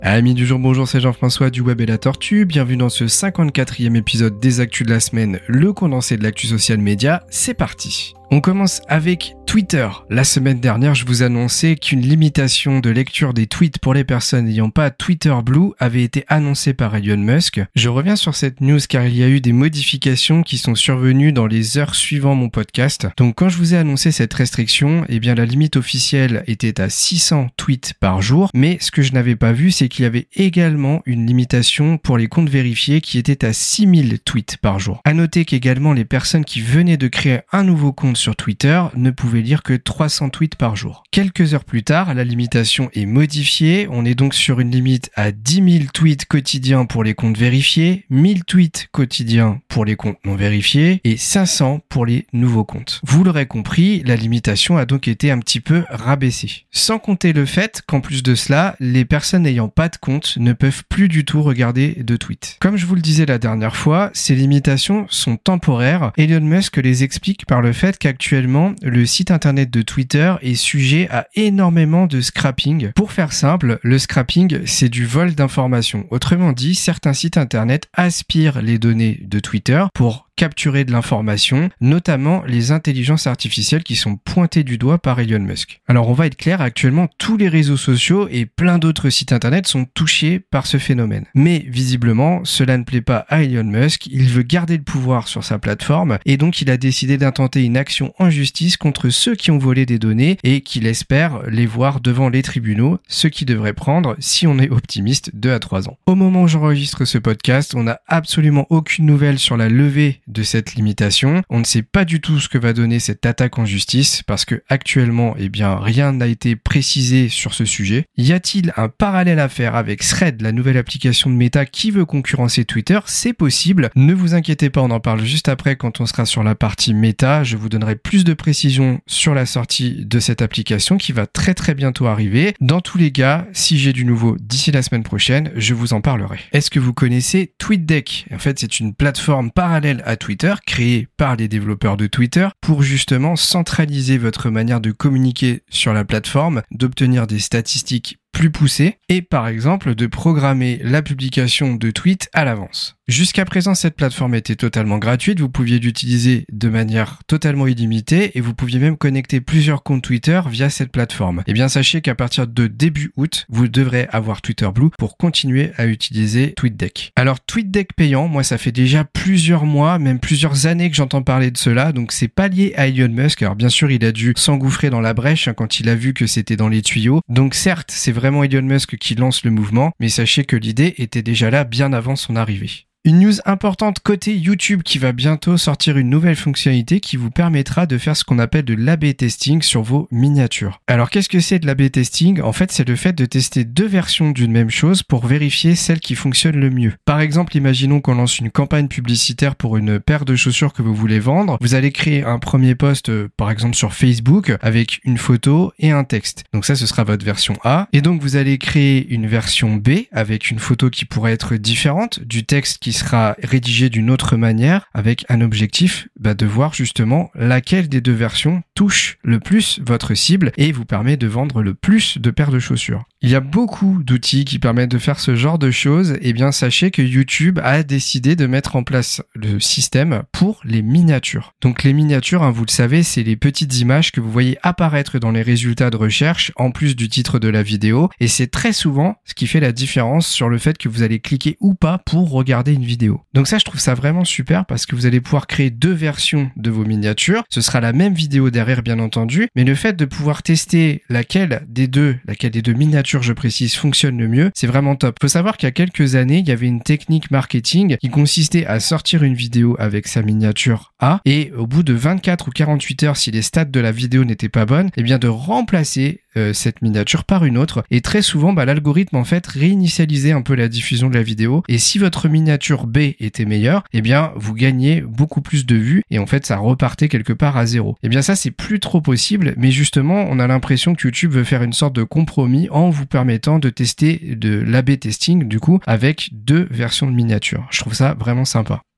Amis du jour, bonjour, c'est Jean-François du Web et la Tortue, bienvenue dans ce 54e épisode des Actus de la semaine, le condensé de l'actu social média, c'est parti. On commence avec Twitter. La semaine dernière, je vous annonçais qu'une limitation de lecture des tweets pour les personnes n'ayant pas Twitter Blue avait été annoncée par Elon Musk. Je reviens sur cette news car il y a eu des modifications qui sont survenues dans les heures suivant mon podcast. Donc quand je vous ai annoncé cette restriction, la limite officielle était à 600 tweets par jour, mais ce que je n'avais pas vu, c'est qu'il y avait également une limitation pour les comptes vérifiés qui était à 6000 tweets par jour. À noter qu'également les personnes qui venaient de créer un nouveau compte sur Twitter ne pouvaient lire que 300 tweets par jour. Quelques heures plus tard, la limitation est modifiée. On est donc sur une limite à 10 000 tweets quotidiens pour les comptes vérifiés, 1000 tweets quotidiens pour les comptes non vérifiés et 500 pour les nouveaux comptes. Vous l'aurez compris, la limitation a donc été un petit peu rabaissée. Sans compter le fait qu'en plus de cela, les personnes n'ayant pas de compte ne peuvent plus du tout regarder de tweets. Comme je vous le disais la dernière fois, ces limitations sont temporaires. Elon Musk les explique par le fait qu'actuellement, le site internet de Twitter est sujet à énormément de scrapping. Pour faire simple, le scrapping, c'est du vol d'informations. Autrement dit, certains sites internet aspirent les données de Twitter pour capturer de l'information, notamment les intelligences artificielles qui sont pointées du doigt par Elon Musk. Alors on va être clair, actuellement tous les réseaux sociaux et plein d'autres sites internet sont touchés par ce phénomène. Mais visiblement, cela ne plaît pas à Elon Musk, il veut garder le pouvoir sur sa plateforme et donc il a décidé d'intenter une action en justice contre ceux qui ont volé des données et qu'il espère les voir devant les tribunaux, ce qui devrait prendre, si on est optimiste, 2 à 3 ans. Au moment où j'enregistre ce podcast, on n'a absolument aucune nouvelle sur la levée de cette limitation. On ne sait pas du tout ce que va donner cette attaque en justice parce que actuellement, rien n'a été précisé sur ce sujet. Y a-t-il un parallèle à faire avec Threads, la nouvelle application de Meta qui veut concurrencer Twitter? C'est possible. Ne vous inquiétez pas, on en parle juste après quand on sera sur la partie Meta. Je vous donnerai plus de précisions sur la sortie de cette application qui va très très bientôt arriver. Dans tous les cas, si j'ai du nouveau d'ici la semaine prochaine, je vous en parlerai. Est-ce que vous connaissez TweetDeck? En fait, c'est une plateforme parallèle à Twitter, créé par les développeurs de Twitter pour justement centraliser votre manière de communiquer sur la plateforme, d'obtenir des statistiques plus poussées et par exemple de programmer la publication de tweets à l'avance. Jusqu'à présent, cette plateforme était totalement gratuite, vous pouviez l'utiliser de manière totalement illimitée et vous pouviez même connecter plusieurs comptes Twitter via cette plateforme. Sachez qu'à partir de début août, vous devrez avoir Twitter Blue pour continuer à utiliser TweetDeck. Alors TweetDeck payant, moi ça fait déjà plusieurs mois, même plusieurs années que j'entends parler de cela, donc c'est pas lié à Elon Musk. Alors bien sûr, il a dû s'engouffrer dans la brèche quand il a vu que c'était dans les tuyaux. Donc certes, c'est vraiment Elon Musk qui lance le mouvement, mais sachez que l'idée était déjà là bien avant son arrivée. Une news importante côté YouTube qui va bientôt sortir une nouvelle fonctionnalité qui vous permettra de faire ce qu'on appelle de l'A/B testing sur vos miniatures. Alors qu'est-ce que c'est de l'A/B testing? En fait, c'est le fait de tester deux versions d'une même chose pour vérifier celle qui fonctionne le mieux. Par exemple, imaginons qu'on lance une campagne publicitaire pour une paire de chaussures que vous voulez vendre. Vous allez créer un premier post, par exemple sur Facebook, avec une photo et un texte. Donc ça, ce sera votre version A. Et donc vous allez créer une version B avec une photo qui pourrait être différente, du texte qui sera rédigé d'une autre manière avec un objectif de voir justement laquelle des deux versions touche le plus votre cible et vous permet de vendre le plus de paires de chaussures. Il y a beaucoup d'outils qui permettent de faire ce genre de choses. Sachez que YouTube a décidé de mettre en place le système pour les miniatures. Donc les miniatures, vous le savez, c'est les petites images que vous voyez apparaître dans les résultats de recherche en plus du titre de la vidéo et c'est très souvent ce qui fait la différence sur le fait que vous allez cliquer ou pas pour regarder une vidéo. Donc ça, je trouve ça vraiment super parce que vous allez pouvoir créer deux versions de vos miniatures. Ce sera la même vidéo derrière, bien entendu, mais le fait de pouvoir tester laquelle des deux miniatures, je précise, fonctionne le mieux, c'est vraiment top. Faut savoir qu'il y a quelques années, il y avait une technique marketing qui consistait à sortir une vidéo avec sa miniature A et au bout de 24 ou 48 heures, si les stats de la vidéo n'étaient pas bonnes, de remplacer cette miniature par une autre et très souvent l'algorithme en fait réinitialisait un peu la diffusion de la vidéo et si votre miniature B était meilleure, vous gagnez beaucoup plus de vues et en fait ça repartait quelque part à zéro. Ça c'est plus trop possible, mais justement on a l'impression que YouTube veut faire une sorte de compromis en vous permettant de tester de l'A/B testing du coup avec deux versions de miniature. Je trouve ça vraiment sympa.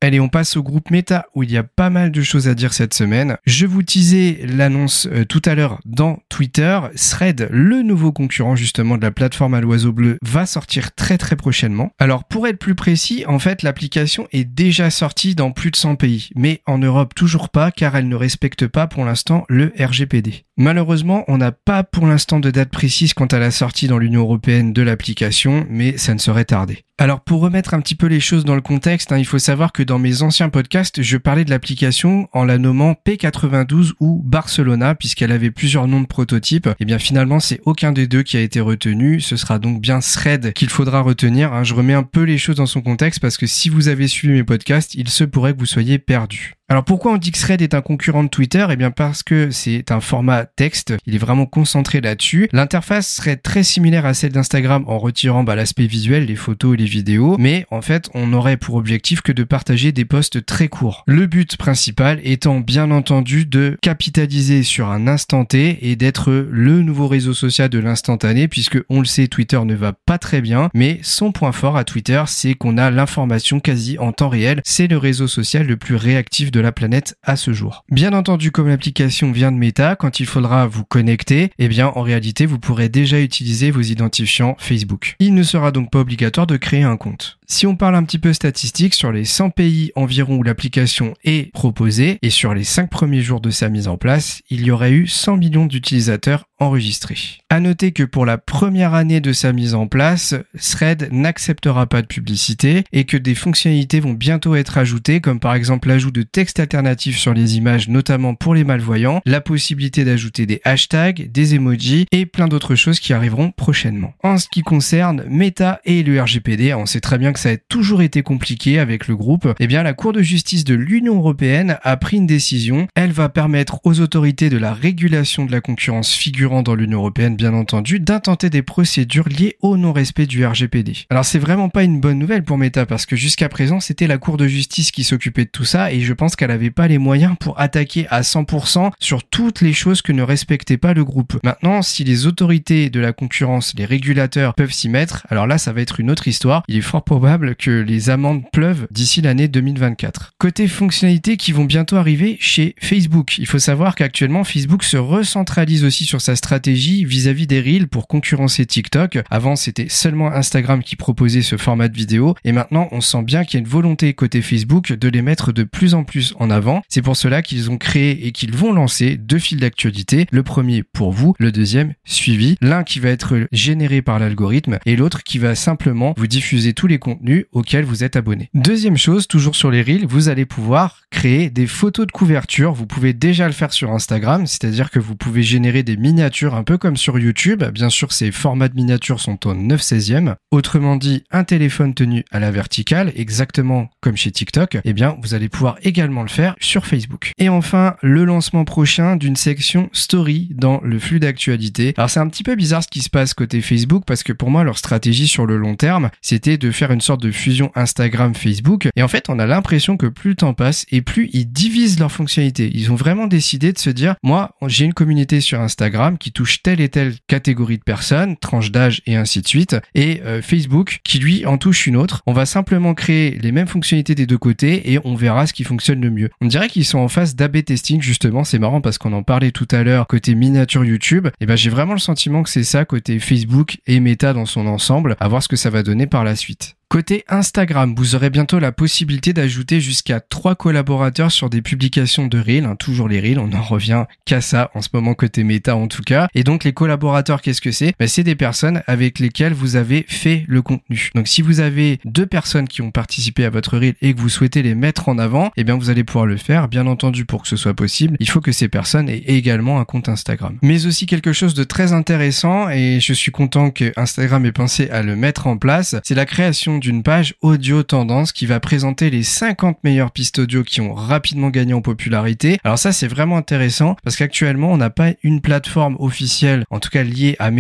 Allez, on passe au groupe Meta où il y a pas mal de choses à dire cette semaine. Je vous teasais l'annonce tout à l'heure dans Twitter. Thread, le nouveau concurrent justement de la plateforme à l'oiseau bleu, va sortir très très prochainement. Alors pour être plus précis, en fait l'application est déjà sortie dans plus de 100 pays, mais en Europe toujours pas car elle ne respecte pas pour l'instant le RGPD. Malheureusement, on n'a pas pour l'instant de date précise quant à la sortie dans l'Union européenne de l'application, mais ça ne saurait tarder. Alors pour remettre un petit peu les choses dans le contexte, il faut savoir que dans mes anciens podcasts, je parlais de l'application en la nommant P92 ou Barcelona, puisqu'elle avait plusieurs noms de prototypes. Et bien finalement, c'est aucun des deux qui a été retenu. Ce sera donc bien Thread qu'il faudra retenir. Je remets un peu les choses dans son contexte parce que si vous avez suivi mes podcasts, il se pourrait que vous soyez perdus. Alors pourquoi on dit que Thread est un concurrent de Twitter ? Eh bien parce que c'est un format texte, il est vraiment concentré là-dessus. L'interface serait très similaire à celle d'Instagram en retirant l'aspect visuel, les photos et les vidéos, mais en fait on n'aurait pour objectif que de partager des posts très courts. Le but principal étant bien entendu de capitaliser sur un instant T et d'être le nouveau réseau social de l'instantané, puisque on le sait, Twitter ne va pas très bien, mais son point fort à Twitter, c'est qu'on a l'information quasi en temps réel. C'est le réseau social le plus réactif de la planète à ce jour. Bien entendu, comme l'application vient de Meta, quand il faudra vous connecter, eh bien en réalité vous pourrez déjà utiliser vos identifiants Facebook. Il ne sera donc pas obligatoire de créer un compte. Si on parle un petit peu statistiques, sur les 100 pays environ où l'application est proposée et sur les 5 premiers jours de sa mise en place, il y aurait eu 100 millions d'utilisateurs enregistrés. À noter que pour la première année de sa mise en place, Thread n'acceptera pas de publicité et que des fonctionnalités vont bientôt être ajoutées, comme par exemple l'ajout de texte alternatif sur les images, notamment pour les malvoyants, la possibilité d'ajouter des hashtags, des emojis et plein d'autres choses qui arriveront prochainement. En ce qui concerne Meta et le RGPD, on sait très bien que ça a toujours été compliqué avec le groupe. Eh bien, la Cour de justice de l'Union européenne a pris une décision. Elle va permettre aux autorités de la régulation de la concurrence figurant dans l'Union européenne, bien entendu, d'intenter des procédures liées au non-respect du RGPD. Alors, c'est vraiment pas une bonne nouvelle pour Meta parce que jusqu'à présent, c'était la Cour de justice qui s'occupait de tout ça et je pense qu'elle avait pas les moyens pour attaquer à 100% sur toutes les choses que ne respectait pas le groupe. Maintenant, si les autorités de la concurrence, les régulateurs peuvent s'y mettre, alors là, ça va être une autre histoire. Il est fort probable que les amendes pleuvent d'ici l'année 2024. Côté fonctionnalités qui vont bientôt arriver chez Facebook. Il faut savoir qu'actuellement, Facebook se recentralise aussi sur sa stratégie vis-à-vis des Reels pour concurrencer TikTok. Avant, c'était seulement Instagram qui proposait ce format de vidéo et maintenant, on sent bien qu'il y a une volonté côté Facebook de les mettre de plus en plus en avant. C'est pour cela qu'ils ont créé et qu'ils vont lancer 2 fils d'actualité. Le premier pour vous, le deuxième suivi. L'un qui va être généré par l'algorithme et l'autre qui va simplement vous diffuser tous les contenus auxquels vous êtes abonné. Deuxième chose, toujours sur les Reels, vous allez pouvoir créer des photos de couverture. Vous pouvez déjà le faire sur Instagram, c'est-à-dire que vous pouvez générer des miniatures un peu comme sur YouTube. Bien sûr, ces formats de miniatures sont au 9/16e. Autrement dit, un téléphone tenu à la verticale, exactement comme chez TikTok, eh bien, vous allez pouvoir également le faire sur Facebook. Et enfin, le lancement prochain d'une section Story dans le flux d'actualité. Alors, c'est un petit peu bizarre ce qui se passe côté Facebook parce que pour moi, leur stratégie sur le long terme, c'était de faire une sorte de fusion Instagram-Facebook. Et en fait, on a l'impression que plus le temps passe et plus ils divisent leurs fonctionnalités. Ils ont vraiment décidé de se dire, moi, j'ai une communauté sur Instagram qui touche telle et telle catégorie de personnes, tranche d'âge et ainsi de suite, et Facebook qui lui en touche une autre. On va simplement créer les mêmes fonctionnalités des deux côtés et on verra ce qui fonctionne le mieux. On dirait qu'ils sont en phase d'A/B testing justement. C'est marrant parce qu'on en parlait tout à l'heure côté miniature YouTube. Et ben j'ai vraiment le sentiment que c'est ça côté Facebook et Meta dans son ensemble. À voir ce que ça va donner par la suite. Côté Instagram, vous aurez bientôt la possibilité d'ajouter jusqu'à 3 collaborateurs sur des publications de Reels, toujours les Reels, on n'en revient qu'à ça en ce moment côté Meta en tout cas. Et donc les collaborateurs, qu'est-ce que c'est ? C'est des personnes avec lesquelles vous avez fait le contenu. Donc si vous avez 2 personnes qui ont participé à votre Reel et que vous souhaitez les mettre en avant, eh bien vous allez pouvoir le faire. Bien entendu, pour que ce soit possible, il faut que ces personnes aient également un compte Instagram. Mais aussi quelque chose de très intéressant, et je suis content que Instagram ait pensé à le mettre en place, c'est la création d'une page audio tendance qui va présenter les 50 meilleures pistes audio qui ont rapidement gagné en popularité. Alors ça, c'est vraiment intéressant parce qu'actuellement, on n'a pas une plateforme officielle, en tout cas liée à Meta,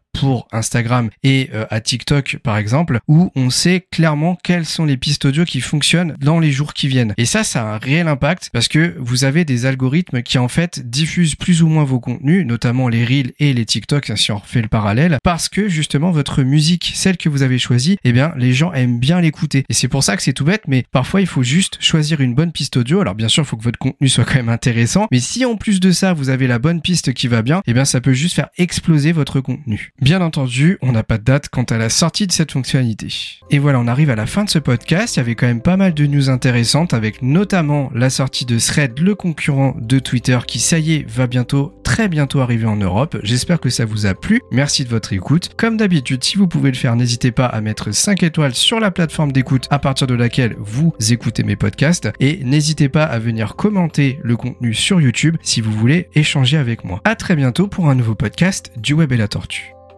pour Instagram et à TikTok par exemple, où on sait clairement quelles sont les pistes audio qui fonctionnent dans les jours qui viennent. Et ça a un réel impact parce que vous avez des algorithmes qui en fait diffusent plus ou moins vos contenus, notamment les Reels et les TikTok, si on refait le parallèle, parce que justement votre musique, celle que vous avez choisie, eh bien les gens aiment bien l'écouter. Et c'est pour ça que c'est tout bête, mais parfois il faut juste choisir une bonne piste audio. Alors bien sûr, il faut que votre contenu soit quand même intéressant, mais si en plus de ça vous avez la bonne piste qui va bien, eh bien ça peut juste faire exploser votre contenu. Bien entendu, on n'a pas de date quant à la sortie de cette fonctionnalité. Et voilà, on arrive à la fin de ce podcast. Il y avait quand même pas mal de news intéressantes, avec notamment la sortie de Threads, le concurrent de Twitter, qui ça y est va très bientôt arriver en Europe. J'espère que ça vous a plu. Merci de votre écoute. Comme d'habitude, si vous pouvez le faire, n'hésitez pas à mettre 5 étoiles sur la plateforme d'écoute à partir de laquelle vous écoutez mes podcasts, et n'hésitez pas à venir commenter le contenu sur YouTube si vous voulez échanger avec moi. À très bientôt pour un nouveau podcast du Web et la Tortue.